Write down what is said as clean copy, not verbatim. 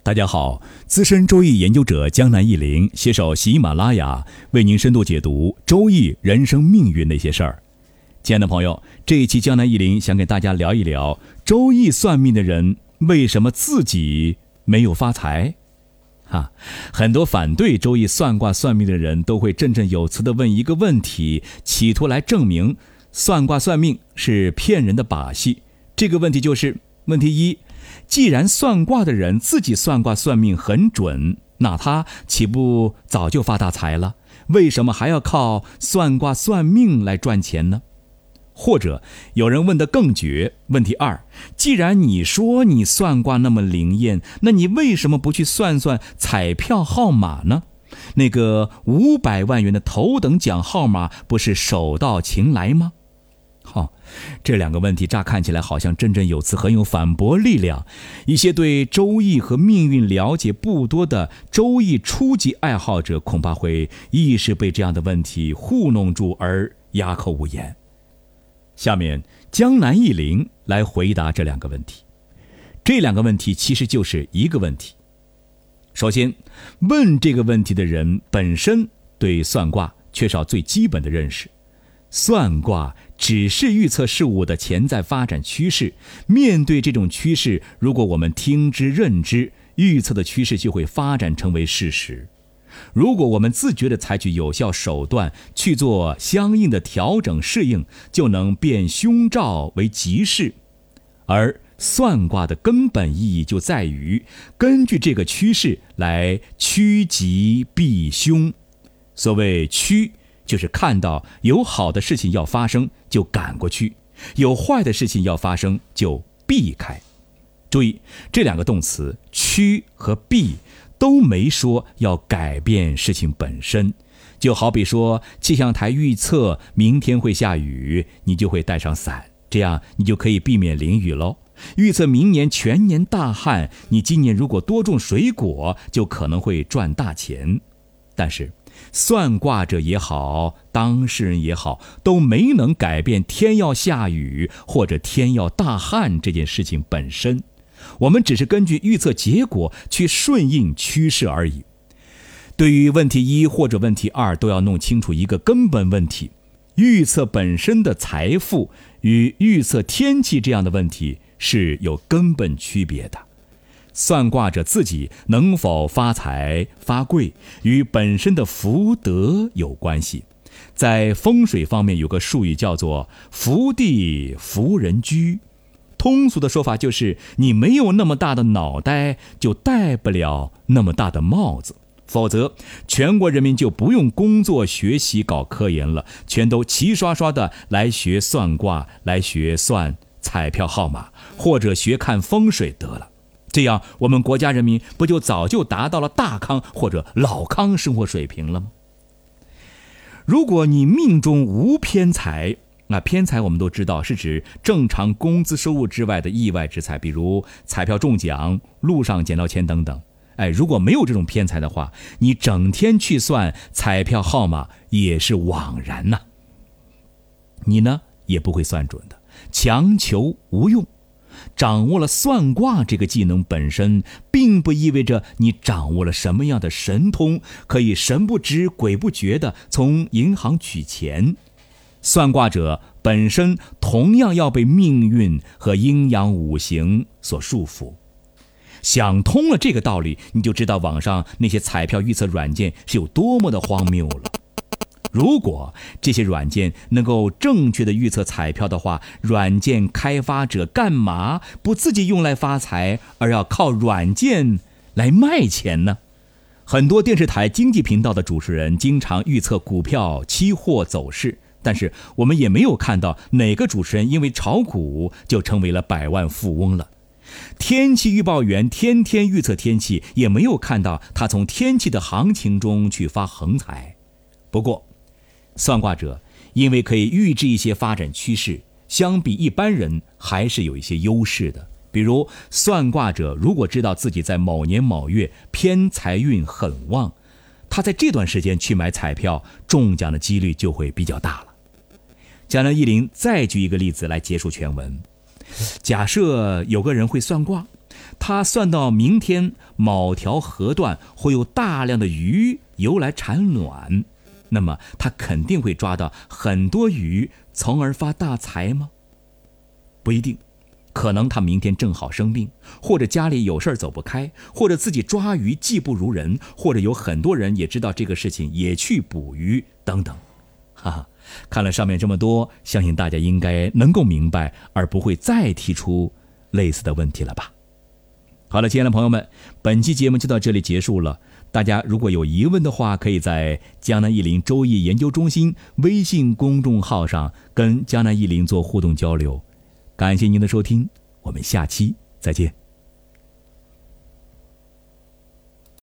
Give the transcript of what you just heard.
大家好，资深周易研究者江南一林携手喜马拉雅为您深度解读周易人生命运那些事儿。亲爱的朋友，这一期江南一林想给大家聊一聊周易算命的人为什么自己没有发财。很多反对周易算卦算命的人都会振振有词地问一个问题，企图来证明算卦算命是骗人的把戏。这个问题就是问题一，既然算卦的人自己算卦算命很准，那他岂不早就发大财了？为什么还要靠算卦算命来赚钱呢？或者有人问得更绝，问题二，既然你说你算卦那么灵验，那你为什么不去算算彩票号码呢？那个500万元的头等奖号码不是手到擒来吗？这两个问题乍看起来好像振振有词，很有反驳力量。一些对周易和命运了解不多的周易初级爱好者恐怕会一时被这样的问题糊弄住而哑口无言。下面江南一林来回答这两个问题。这两个问题其实就是一个问题。首先，问这个问题的人本身对算卦缺少最基本的认识。算卦只是预测事物的潜在发展趋势，面对这种趋势，如果我们听之任之，预测的趋势就会发展成为事实。如果我们自觉地采取有效手段去做相应的调整适应，就能变凶兆为吉事。而算卦的根本意义就在于根据这个趋势来趋吉避凶。所谓趋，就是看到有好的事情要发生就赶过去，有坏的事情要发生就避开。注意，这两个动词趋和避都没说要改变事情本身。就好比说气象台预测明天会下雨，你就会带上伞，这样你就可以避免淋雨咯。预测明年全年大旱，你今年如果多种水果，就可能会赚大钱。但是算卦者也好，当事人也好，都没能改变天要下雨或者天要大旱这件事情本身。我们只是根据预测结果去顺应趋势而已。对于问题一或者问题二，都要弄清楚一个根本问题：预测本身的财富与预测天气这样的问题是有根本区别的。算卦者自己能否发财发贵，与本身的福德有关系。在风水方面有个术语叫做福地福人居。通俗的说法就是，你没有那么大的脑袋，就戴不了那么大的帽子。否则全国人民就不用工作学习搞科研了，全都齐刷刷的来学算卦，来学算彩票号码，或者学看风水得了。这样我们国家人民不就早就达到了大康或者老康生活水平了吗？如果你命中无偏财，那偏财我们都知道是指正常工资收入之外的意外之财，比如彩票中奖、路上捡到钱等等。如果没有这种偏财的话，你整天去算彩票号码也是枉然呐。你呢也不会算准的，强求无用。掌握了算卦这个技能本身，并不意味着你掌握了什么样的神通，可以神不知鬼不觉地从银行取钱。算卦者本身同样要被命运和阴阳五行所束缚。想通了这个道理，你就知道网上那些彩票预测软件是有多么的荒谬了。如果这些软件能够正确的预测彩票的话，软件开发者干嘛不自己用来发财，而要靠软件来卖钱呢？很多电视台经济频道的主持人经常预测股票期货走势，但是我们也没有看到哪个主持人因为炒股就成为了百万富翁了。天气预报员天天预测天气，也没有看到他从天气的行情中去发横财。不过算卦者因为可以预知一些发展趋势，相比一般人还是有一些优势的。比如算卦者如果知道自己在某年某月偏财运很旺，他在这段时间去买彩票，中奖的几率就会比较大了。江南一林再举一个例子来结束全文。假设有个人会算卦， 他算到明天某条河段会有大量的鱼游来产卵，那么他肯定会抓到很多鱼，从而发大财吗？不一定，可能他明天正好生病，或者家里有事走不开，或者自己抓鱼技不如人，或者有很多人也知道这个事情也去捕鱼等等。哈哈，看了上面这么多，相信大家应该能够明白，而不会再提出类似的问题了吧。好了，亲爱的朋友们，本期节目就到这里结束了。大家如果有疑问的话，可以在江南一林周易研究中心微信公众号上跟江南一林做互动交流。感谢您的收听，我们下期再见。